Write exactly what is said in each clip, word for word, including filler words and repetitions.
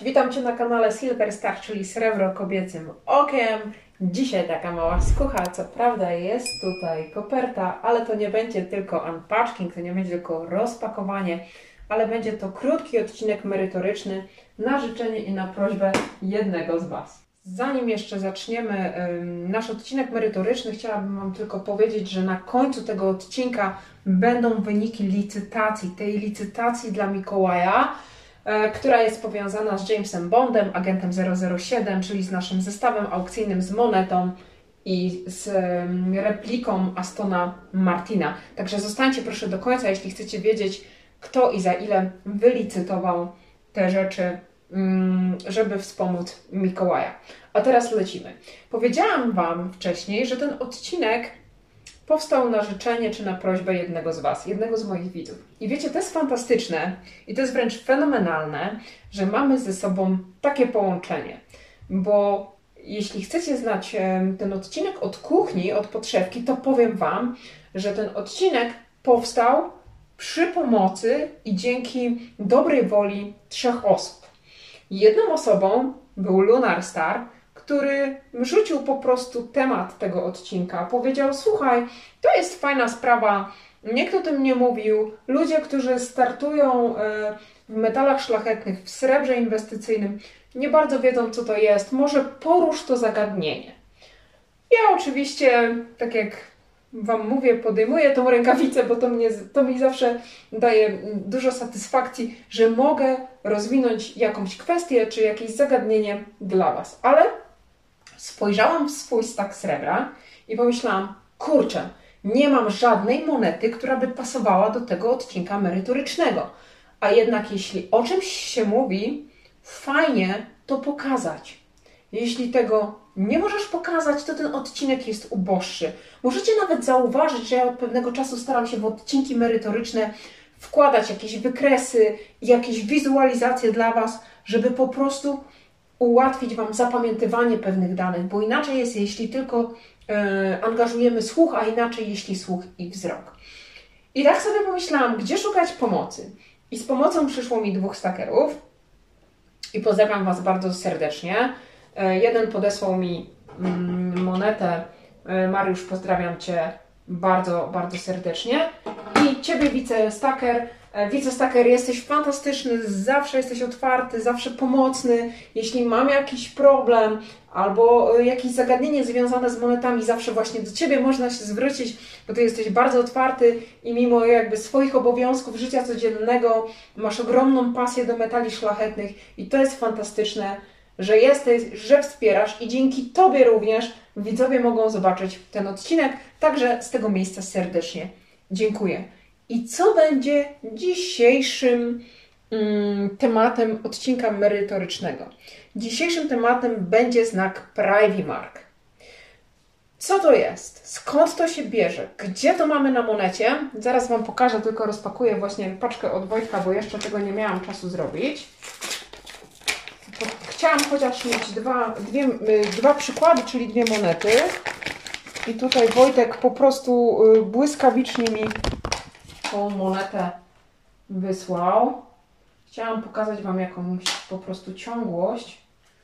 witam Cię na kanale Silver Star, czyli Srebro Kobiecym Okiem. Dzisiaj taka mała skucha, co prawda jest tutaj koperta, ale to nie będzie tylko unpacking, to nie będzie tylko rozpakowanie, ale będzie to krótki odcinek merytoryczny na życzenie i na prośbę jednego z Was. Zanim jeszcze zaczniemy um, nasz odcinek merytoryczny, chciałabym Wam tylko powiedzieć, że na końcu tego odcinka będą wyniki licytacji, tej licytacji dla Mikołaja, e, która jest powiązana z Jamesem Bondem, agentem zero zero siedem, czyli z naszym zestawem aukcyjnym z monetą i z um, repliką Astona Martina. Także zostańcie proszę do końca, jeśli chcecie wiedzieć, kto i za ile wylicytował te rzeczy, żeby wspomóc Mikołaja. A teraz lecimy. Powiedziałam Wam wcześniej, że ten odcinek powstał na życzenie czy na prośbę jednego z Was, jednego z moich widzów. I wiecie, to jest fantastyczne i to jest wręcz fenomenalne, że mamy ze sobą takie połączenie, bo jeśli chcecie znać ten odcinek od kuchni, od podszewki, to powiem Wam, że ten odcinek powstał przy pomocy i dzięki dobrej woli trzech osób. Jedną osobą był Lunar Star, który rzucił po prostu temat tego odcinka. Powiedział, słuchaj, to jest fajna sprawa, nikt o tym nie mówił. Ludzie, którzy startują w metalach szlachetnych, w srebrze inwestycyjnym, nie bardzo wiedzą, co to jest. Może porusz to zagadnienie. Ja oczywiście, tak jak Wam mówię, podejmuję tą rękawicę, bo to, mnie, to mi zawsze daje dużo satysfakcji, że mogę rozwinąć jakąś kwestię czy jakieś zagadnienie dla Was. Ale spojrzałam w swój stak srebra i pomyślałam, kurczę, nie mam żadnej monety, która by pasowała do tego odcinka merytorycznego. A jednak jeśli o czymś się mówi, fajnie to pokazać. Jeśli tego nie możesz pokazać, to ten odcinek jest uboższy. Możecie nawet zauważyć, że ja od pewnego czasu staram się w odcinki merytoryczne wkładać jakieś wykresy, jakieś wizualizacje dla Was, żeby po prostu ułatwić Wam zapamiętywanie pewnych danych, bo inaczej jest, jeśli tylko e, angażujemy słuch, a inaczej, jeśli słuch i wzrok. I tak sobie pomyślałam, gdzie szukać pomocy. I z pomocą przyszło mi dwóch stakerów i pozdrawiam Was bardzo serdecznie. Jeden podesłał mi monetę. Mariusz, pozdrawiam Cię bardzo, bardzo serdecznie. I Ciebie, Wicestaker. Wicestaker, jesteś fantastyczny, zawsze jesteś otwarty, zawsze pomocny. Jeśli mam jakiś problem albo jakieś zagadnienie związane z monetami, zawsze właśnie do Ciebie można się zwrócić, bo Ty jesteś bardzo otwarty i mimo jakby swoich obowiązków życia codziennego masz ogromną pasję do metali szlachetnych i to jest fantastyczne, że jesteś, że wspierasz i dzięki Tobie również widzowie mogą zobaczyć ten odcinek. Także z tego miejsca serdecznie dziękuję. I co będzie dzisiejszym mm, tematem odcinka merytorycznego? Dzisiejszym tematem będzie znak Privy Mark. Co to jest? Skąd to się bierze? Gdzie to mamy na monecie? Zaraz Wam pokażę, tylko rozpakuję właśnie paczkę od Wojtka, bo jeszcze tego nie miałam czasu zrobić. Chciałam chociaż mieć dwa, dwie, dwa przykłady, czyli dwie monety. I tutaj Wojtek po prostu błyskawicznie mi tą monetę wysłał. Chciałam pokazać Wam jakąś po prostu ciągłość.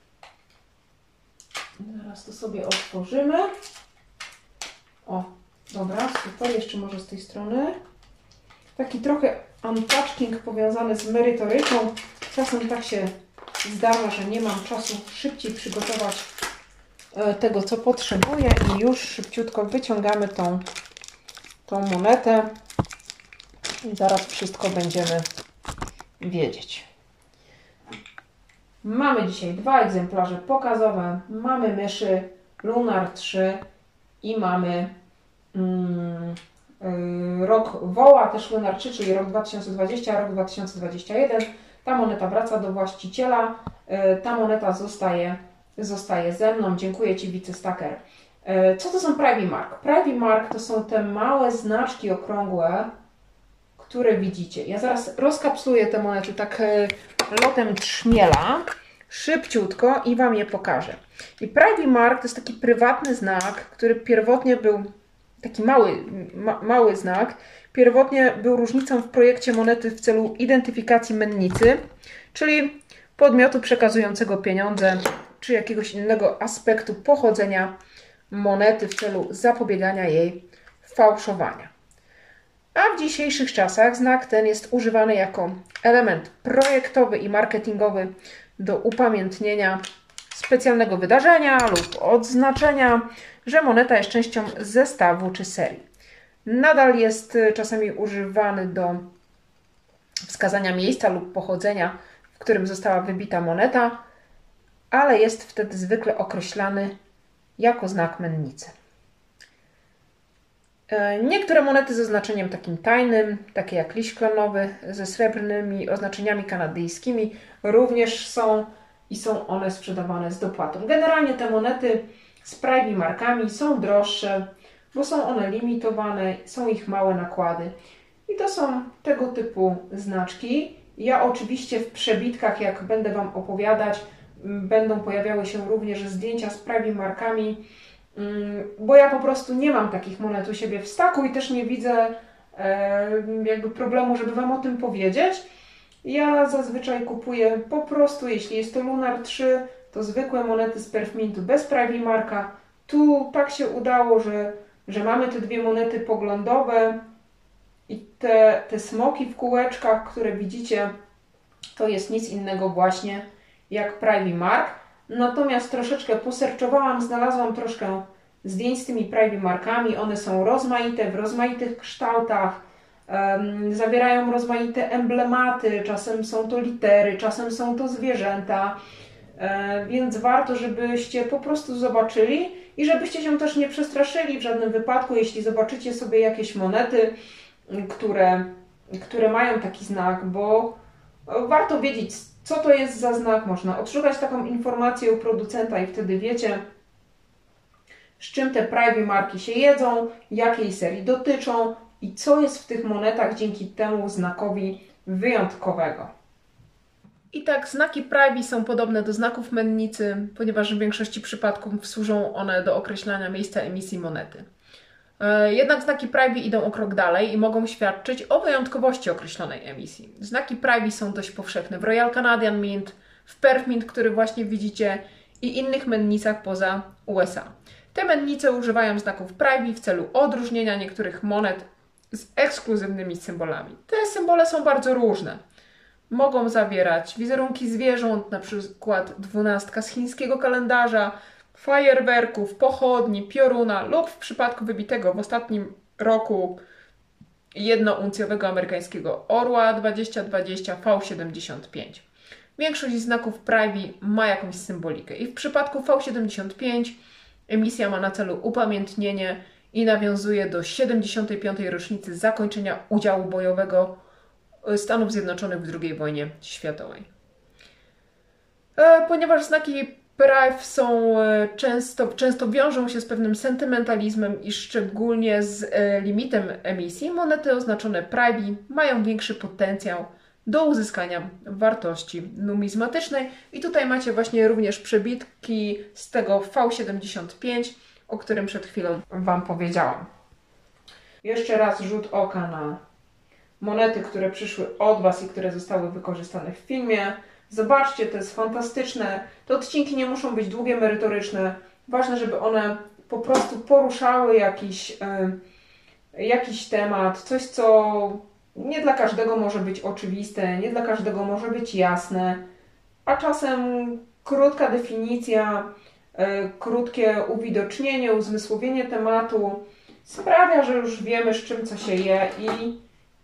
Zaraz to sobie otworzymy. O, dobra, super. Jeszcze może z tej strony. Taki trochę unpacking powiązany z merytoryką. Czasem tak się zdarza, że nie mam czasu szybciej przygotować tego, co potrzebuję i już szybciutko wyciągamy tą, tą monetę i zaraz wszystko będziemy wiedzieć. Mamy dzisiaj dwa egzemplarze pokazowe. Mamy myszy Lunar trzy i mamy mm, yy, rok woła, też Lunar trzy, czyli rok dwa tysiące dwudziesty, rok dwa tysiące dwudziesty jeden. Ta moneta wraca do właściciela, ta moneta zostaje, zostaje ze mną. Dziękuję Ci, Wicestaker. Co to są Privy Mark? Privy Mark to są te małe znaczki okrągłe, które widzicie. Ja zaraz rozkapsluję te monety tak lotem trzmiela, szybciutko i Wam je pokażę. I Privy Mark to jest taki prywatny znak, który pierwotnie był taki mały, ma, mały znak. Pierwotnie był różnicą w projekcie monety w celu identyfikacji mennicy, czyli podmiotu przekazującego pieniądze czy jakiegoś innego aspektu pochodzenia monety w celu zapobiegania jej fałszowaniu. A w dzisiejszych czasach znak ten jest używany jako element projektowy i marketingowy do upamiętnienia specjalnego wydarzenia lub odznaczenia, że moneta jest częścią zestawu czy serii. Nadal jest czasami używany do wskazania miejsca lub pochodzenia, w którym została wybita moneta, ale jest wtedy zwykle określany jako znak mennicy. Niektóre monety z oznaczeniem takim tajnym, takie jak liść klonowy ze srebrnymi oznaczeniami kanadyjskimi, również są i są one sprzedawane z dopłatą. Generalnie te monety z privy markami są droższe, bo są one limitowane, są ich małe nakłady. I to są tego typu znaczki. Ja oczywiście w przebitkach, jak będę Wam opowiadać, będą pojawiały się również zdjęcia z privy markami, bo ja po prostu nie mam takich monet u siebie w staku i też nie widzę jakby problemu, żeby Wam o tym powiedzieć. Ja zazwyczaj kupuję po prostu, jeśli jest to Lunar trzy, to zwykłe monety z Perfmintu bez privy marka. Tu tak się udało, że, że mamy te dwie monety poglądowe i te, te smoki w kółeczkach, które widzicie, to jest nic innego właśnie jak privy mark. Natomiast troszeczkę poserczowałam, znalazłam troszkę zdjęć z tymi privy markami. One są rozmaite, w rozmaitych kształtach, um, zawierają rozmaite emblematy, czasem są to litery, czasem są to zwierzęta, e, więc warto, żebyście po prostu zobaczyli i żebyście się też nie przestraszyli w żadnym wypadku, jeśli zobaczycie sobie jakieś monety, które, które mają taki znak, bo warto wiedzieć, co to jest za znak. Można odszukać taką informację u producenta i wtedy wiecie, z czym te privy marki się jedzą, jakiej serii dotyczą i co jest w tych monetach dzięki temu znakowi wyjątkowego. I tak, znaki privy są podobne do znaków mennicy, ponieważ w większości przypadków służą one do określania miejsca emisji monety. Jednak znaki privy idą o krok dalej i mogą świadczyć o wyjątkowości określonej emisji. Znaki privy są dość powszechne w Royal Canadian Mint, w Perfmint, który właśnie widzicie, i innych mennicach poza U S A. Te mennice używają znaków privy w celu odróżnienia niektórych monet z ekskluzywnymi symbolami. Te symbole są bardzo różne. Mogą zawierać wizerunki zwierząt, na przykład dwunastka z chińskiego kalendarza, fajerwerków, pochodni, pioruna lub w przypadku wybitego w ostatnim roku jednouncjowego amerykańskiego orła dwadzieścia dwadzieścia V siedemdziesiąt pięć. Większość znaków privy ma jakąś symbolikę i w przypadku V siedemdziesiąt pięć emisja ma na celu upamiętnienie i nawiązuje do siedemdziesiątej piątej rocznicy zakończenia udziału bojowego Stanów Zjednoczonych w drugiej wojnie światowej. Ponieważ znaki privy są często, często wiążą się z pewnym sentymentalizmem i szczególnie z limitem emisji, monety oznaczone privy mają większy potencjał do uzyskania wartości numizmatycznej. I tutaj macie właśnie również przebitki z tego V siedemdziesiąt pięć, o którym przed chwilą Wam powiedziałam. Jeszcze raz rzut oka na monety, które przyszły od Was i które zostały wykorzystane w filmie. Zobaczcie, to jest fantastyczne. Te odcinki nie muszą być długie, merytoryczne. Ważne, żeby one po prostu poruszały jakiś, yy, jakiś temat, coś, co nie dla każdego może być oczywiste, nie dla każdego może być jasne, a czasem krótka definicja, yy, krótkie uwidocznienie, uzmysłowienie tematu sprawia, że już wiemy, z czym co się je i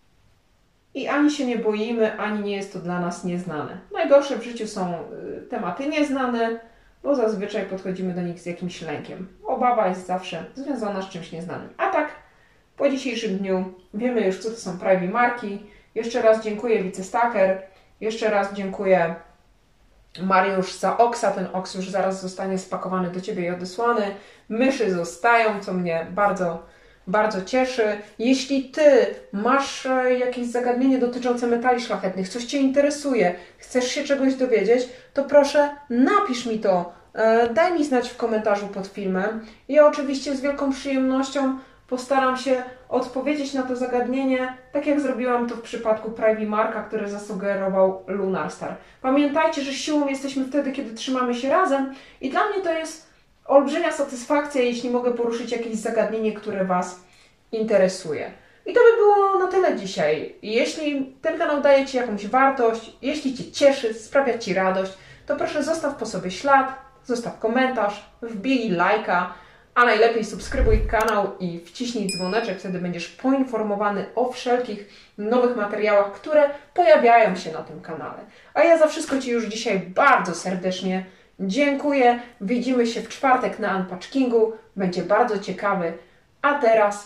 I ani się nie boimy, ani nie jest to dla nas nieznane. Najgorsze w życiu są y, tematy nieznane, bo zazwyczaj podchodzimy do nich z jakimś lękiem. Obawa jest zawsze związana z czymś nieznanym. A tak, po dzisiejszym dniu wiemy już, co to są privy marki. Jeszcze raz dziękuję Wicestacker. Jeszcze raz dziękuję Mariusz za oksa. Ten oks już zaraz zostanie spakowany do Ciebie i odesłany. Myszy zostają, co mnie bardzo bardzo cieszy. Jeśli Ty masz jakieś zagadnienie dotyczące metali szlachetnych, coś Cię interesuje, chcesz się czegoś dowiedzieć, to proszę napisz mi to. Daj mi znać w komentarzu pod filmem. Ja oczywiście z wielką przyjemnością postaram się odpowiedzieć na to zagadnienie, tak jak zrobiłam to w przypadku Privy Marka, który zasugerował Lunarstar. Pamiętajcie, że siłą jesteśmy wtedy, kiedy trzymamy się razem i dla mnie to jest olbrzymia satysfakcja, jeśli mogę poruszyć jakieś zagadnienie, które Was interesuje. I to by było na tyle dzisiaj. Jeśli ten kanał daje Ci jakąś wartość, jeśli Cię cieszy, sprawia Ci radość, to proszę zostaw po sobie ślad, zostaw komentarz, wbij lajka, a najlepiej subskrybuj kanał i wciśnij dzwoneczek, wtedy będziesz poinformowany o wszelkich nowych materiałach, które pojawiają się na tym kanale. A ja za wszystko Ci już dzisiaj bardzo serdecznie dziękuję. Widzimy się w czwartek na unpatchingu, będzie bardzo ciekawy. A teraz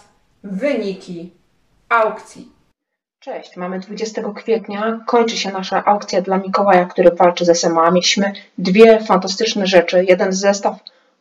wyniki aukcji. Cześć, mamy dwudziestego kwietnia, kończy się nasza aukcja dla Mikołaja, który walczy z S M A. Mieliśmy dwie fantastyczne rzeczy. Jeden zestaw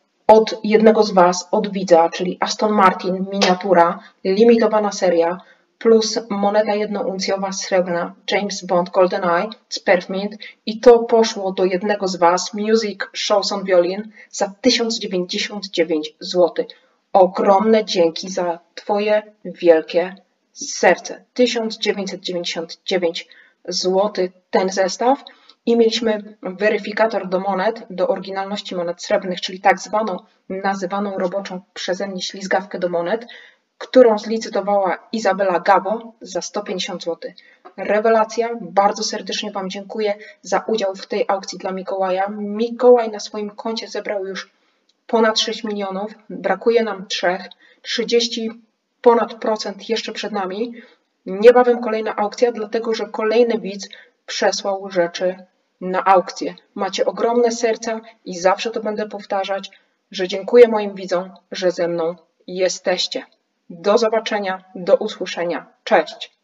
od jednego z Was, od widza, czyli Aston Martin miniatura, limitowana seria, plus moneta jednouncjowa srebrna James Bond GoldenEye z Perfmint i to poszło do jednego z Was, Music Shows on Violin, za tysiąc dziewięćdziesiąt dziewięć złotych. Ogromne dzięki za Twoje wielkie serce. tysiąc dziewięćset dziewięćdziesiąt dziewięć złotych ten zestaw. I mieliśmy weryfikator do monet, do oryginalności monet srebrnych, czyli tak zwaną, nazywaną roboczą przeze mnie ślizgawkę do monet, którą zlicytowała Izabela Gabo za sto pięćdziesiąt złotych. Rewelacja, bardzo serdecznie Wam dziękuję za udział w tej aukcji dla Mikołaja. Mikołaj na swoim koncie zebrał już ponad sześć milionów, brakuje nam trzech, trzydzieści ponad procent jeszcze przed nami. Niebawem kolejna aukcja, dlatego że kolejny widz przesłał rzeczy na aukcję. Macie ogromne serca i zawsze to będę powtarzać, że dziękuję moim widzom, że ze mną jesteście. Do zobaczenia, do usłyszenia. Cześć!